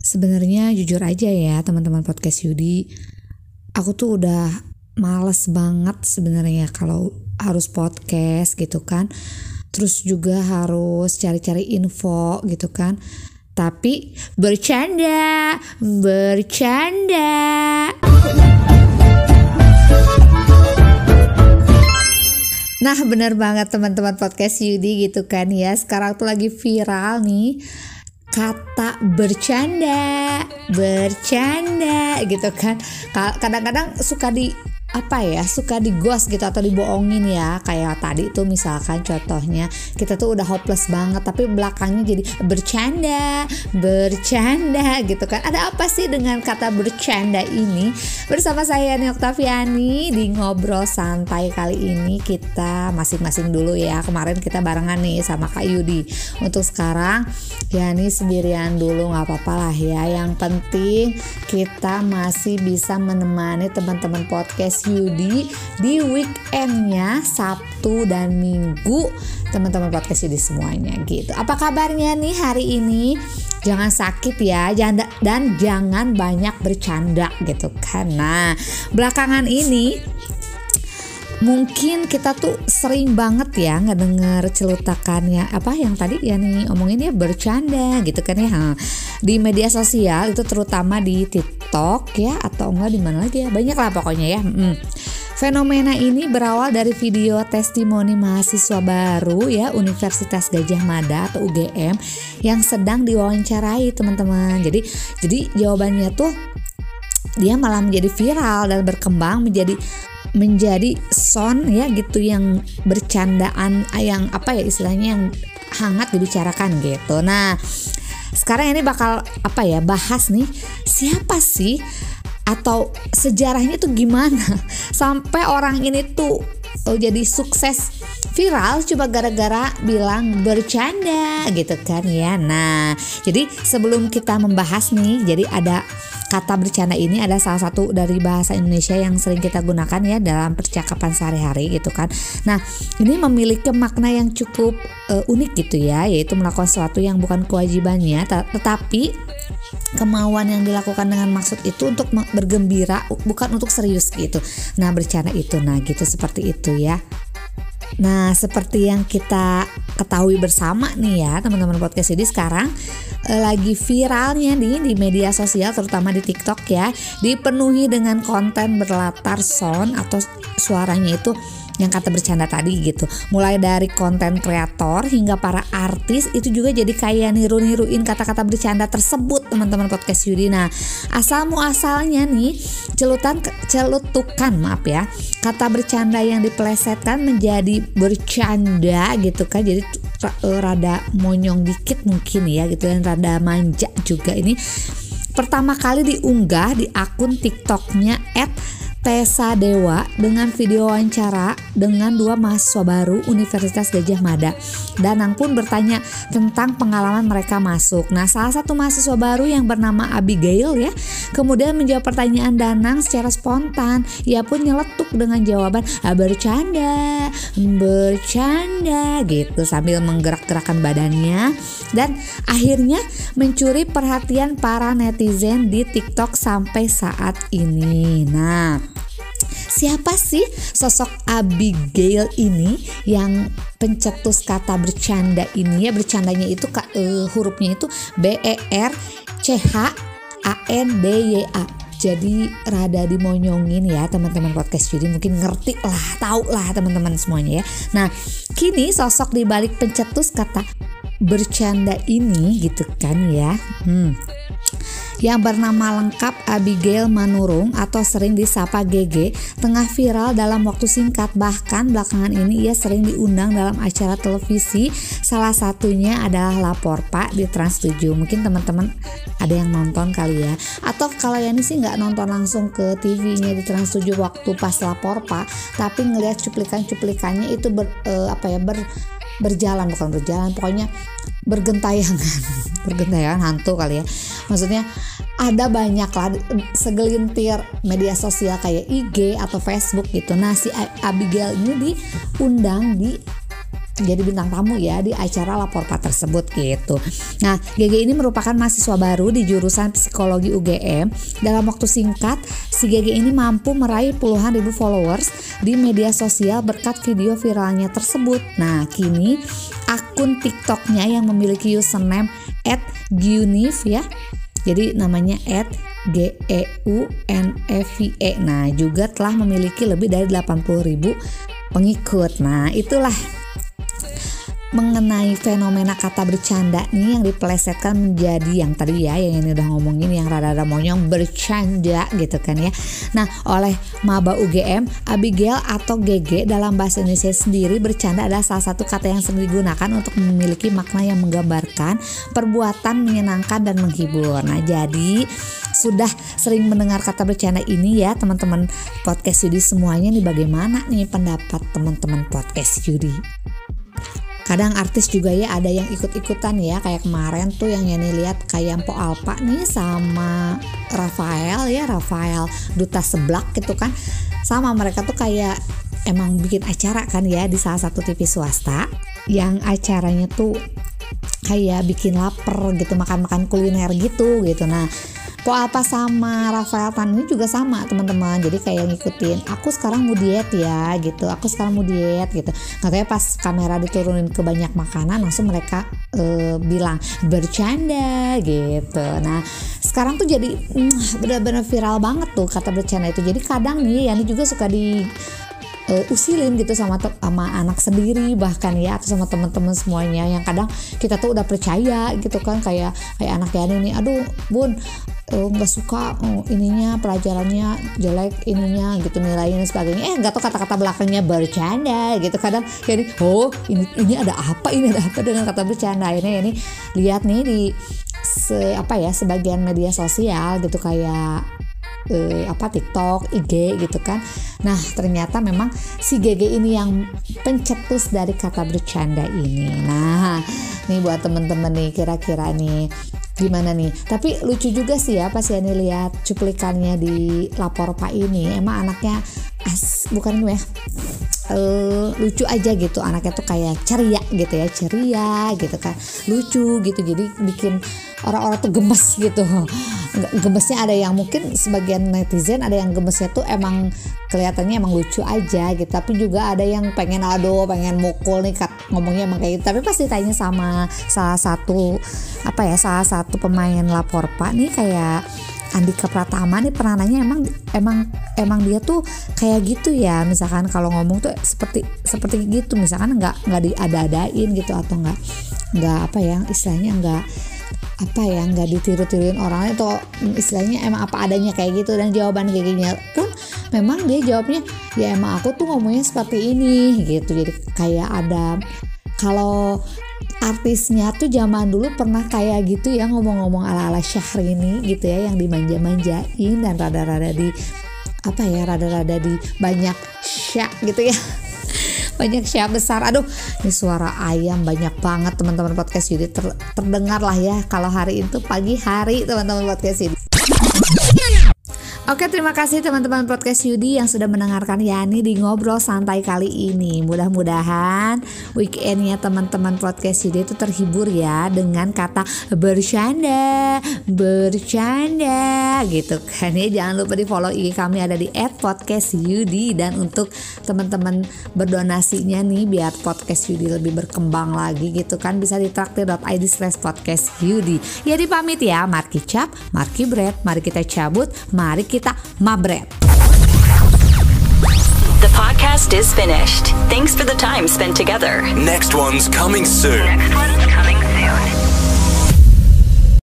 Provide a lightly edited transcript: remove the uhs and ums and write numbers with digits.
Sebenarnya jujur aja ya teman-teman podcast Yudi, aku tuh udah males banget sebenarnya kalau harus podcast gitu kan. Terus juga harus cari-cari info gitu kan. Tapi bercanda. Nah benar banget teman-teman podcast Yudi gitu kan ya. Sekarang tuh lagi viral nih kata bercanda gitu kan. Kadang-kadang suka suka digos gitu atau dibohongin ya. Kayak tadi tuh misalkan contohnya kita tuh udah hopeless banget tapi belakangnya jadi bercanda gitu kan. Ada apa sih dengan kata bercanda ini? Bersama saya Yani Oktaviani di Ngobrol Santai kali ini kita masing-masing dulu ya. Kemarin kita barengan nih sama Kak Yudi. Untuk sekarang Yani sendirian dulu, gak apa-apa lah ya. Yang penting kita masih bisa menemani teman-teman podcast Yudi di weekendnya Sabtu dan Minggu, teman-teman podcast Yudi semuanya gitu. Apa kabarnya nih hari ini? Jangan sakit ya, dan jangan banyak bercanda gitu kan. Nah belakangan ini mungkin kita tuh sering banget ya ngedenger celutakannya apa yang tadi ya nih omongin ya bercanda gitu kan ya di media sosial, itu terutama di TikTok ya, atau enggak di mana lagi ya, banyak lah pokoknya ya. Fenomena ini berawal dari video testimoni mahasiswa baru ya Universitas Gadjah Mada atau UGM yang sedang diwawancarai teman-teman. Jadi jawabannya tuh dia malah menjadi viral dan berkembang menjadi sound ya gitu, yang bercandaan yang apa ya istilahnya yang hangat dibicarakan gitu. Nah sekarang ini bakal bahas nih siapa sih atau sejarahnya tuh gimana sampai orang ini tuh jadi sukses viral cuma gara-gara bilang bercanda gitu kan ya. Nah jadi sebelum kita membahas nih, jadi ada kata bercanda ini ada salah satu dari bahasa Indonesia yang sering kita gunakan ya dalam percakapan sehari-hari gitu kan. Nah ini memiliki makna yang cukup unik gitu ya, yaitu melakukan sesuatu yang bukan kewajibannya tetapi kemauan yang dilakukan dengan maksud itu untuk bergembira, bukan untuk serius gitu. Nah bercanda itu, nah gitu seperti itu ya. Nah seperti yang kita ketahui bersama nih ya teman-teman podcast ini, sekarang lagi viralnya nih di media sosial terutama di TikTok ya, dipenuhi dengan konten berlatar sound atau suaranya itu yang kata bercanda tadi gitu. Mulai dari konten kreator hingga para artis itu juga jadi kayak niru-niruin kata-kata bercanda tersebut teman-teman podcast Yudi. Nah asal muasalnya nih celutukan kata bercanda yang dipelesetkan menjadi bercanda gitu kan. Jadi rada monyong dikit mungkin ya gitu, dan rada manja juga. Ini pertama kali diunggah di akun TikToknya @Tessa Dewa dengan video wawancara dengan dua mahasiswa baru Universitas Gadjah Mada. Danang pun bertanya tentang pengalaman mereka masuk. Nah salah satu mahasiswa baru yang bernama Abigail ya kemudian menjawab pertanyaan Danang secara spontan. Ia pun nyeletuk dengan jawaban bercanda gitu sambil menggerak-gerakkan badannya, dan akhirnya mencuri perhatian para netizen di TikTok sampai saat ini. Nah siapa sih sosok Abigail ini yang pencetus kata bercanda ini ya? Bercandanya itu hurufnya itu BERCHANDYA. Jadi rada dimonyongin ya teman-teman podcast, jadi mungkin ngerti lah, tahu lah teman-teman semuanya ya. Nah kini sosok dibalik pencetus kata bercanda ini gitu kan ya, yang bernama lengkap Abigail Manurung atau sering disapa GG, tengah viral dalam waktu singkat. Bahkan belakangan ini ia sering diundang dalam acara televisi, salah satunya adalah Lapor Pak di Trans 7. Mungkin teman-teman ada yang nonton kali ya, atau kalau Yani sih nggak nonton langsung ke TV-nya di Trans 7 waktu pas Lapor Pak, tapi ngelihat cuplikan-cuplikannya itu pokoknya bergentayangan hantu kali ya. Maksudnya ada banyak lah segelintir media sosial kayak IG atau Facebook gitu. Nah si Abigail ini diundang di jadi bintang tamu ya di acara Lapor Pak tersebut gitu. Nah, GG ini merupakan mahasiswa baru di jurusan Psikologi UGM. Dalam waktu singkat, si GG ini mampu meraih puluhan ribu followers di media sosial berkat video viralnya tersebut. Nah, kini akun TikToknya yang memiliki username @geuneve ya. Jadi namanya @GEUNEVE. Nah, juga telah memiliki lebih dari 80.000 pengikut. Nah, itulah mengenai fenomena kata bercanda nih yang dipelesetkan menjadi yang tadi ya, yang ini udah ngomongin yang rada-rada monyong, bercanda gitu kan ya. Nah, oleh maba UGM, Abigail atau GG dalam bahasa Indonesia sendiri, bercanda adalah salah satu kata yang sering digunakan untuk memiliki makna yang menggambarkan perbuatan menyenangkan dan menghibur. Nah, jadi sudah sering mendengar kata bercanda ini ya teman-teman podcast Yudi semuanya nih, bagaimana nih pendapat teman-teman podcast Yudi? Kadang artis juga ya ada yang ikut-ikutan ya, kayak kemarin tuh yang Yani lihat kayak Po Alpa nih sama Rafael Duta Seblak gitu kan. Sama mereka tuh kayak emang bikin acara kan ya di salah satu TV swasta yang acaranya tuh kayak bikin lapar gitu, makan-makan kuliner gitu. Nah, Po Alpa sama Rafael Tan ini juga sama teman-teman, jadi kayak ngikutin aku sekarang mau diet ya gitu, katanya pas kamera diturunin ke banyak makanan langsung mereka bilang bercanda gitu. Nah, sekarang tuh jadi benar-benar viral banget tuh kata bercanda itu. Jadi kadang nih Yani juga suka usilin gitu sama anak sendiri bahkan ya, atau sama teman-teman semuanya yang kadang kita tuh udah percaya gitu kan, kayak anak Yani nih, aduh bun nggak suka ininya pelajarannya jelek ininya gitu, nilainya dan sebagainya, nggak tahu kata-kata belakangnya bercanda gitu. Kadang Yani ini ada apa dengan kata bercanda. Akhirnya Yani lihat nih di sebagian media sosial gitu kayak TikTok, IG gitu kan. Nah, ternyata memang si GG ini yang pencetus dari kata bercanda ini. Nah, nih buat temen-temen nih, kira-kira nih gimana nih? Tapi lucu juga sih ya pas Yani lihat cuplikannya di Lapor Pak ini. Emang anaknya lucu aja gitu, anaknya tuh kayak ceria gitu kan, lucu gitu, jadi bikin orang-orang tuh gemes gitu. Gemesnya ada yang mungkin sebagian netizen ada yang gemesnya tuh emang kelihatannya emang lucu aja gitu, tapi juga ada yang pengen mukul nih ngomongnya emang kayak gitu. Tapi pas ditanya sama salah satu pemain Lapor Pak nih kayak Andika Pratama nih, pernah nanya emang dia tuh kayak gitu ya, misalkan kalau ngomong tuh seperti gitu, misalkan nggak diada-adain gitu, atau nggak ditiru-tiruin orangnya, atau istilahnya emang apa adanya kayak gitu. Dan jawaban GG-nya pun memang dia jawabnya ya emang aku tuh ngomongnya seperti ini gitu. Jadi kayak ada, kalau artisnya tuh zaman dulu pernah kayak gitu ya, ngomong-ngomong ala-ala Syahrini gitu ya, yang dimanja-manjain dan rada-rada di banyak syak gitu ya. Banyak syak besar. Aduh, ini suara ayam banyak banget teman-teman podcast Yudi, terdengar lah ya kalau hari itu pagi hari teman-teman podcast Yudi. Oke, terima kasih teman-teman podcast Yudi yang sudah mendengarkan Yani di Ngobrol Santai kali ini. Mudah-mudahan weekendnya teman-teman podcast Yudi itu terhibur ya dengan kata bercanda gitu kan ya. Jangan lupa di follow IG kami ada di @podcastyudi. Dan untuk teman-teman berdonasinya nih biar podcast Yudi lebih berkembang lagi gitu kan, bisa di traktir.id/podcastyudi. Yani pamit ya, marki cap, marki bread, mari kita cabut, mari kita mabret. The podcast is finished. Thanks for the time spent together. Next one's coming soon.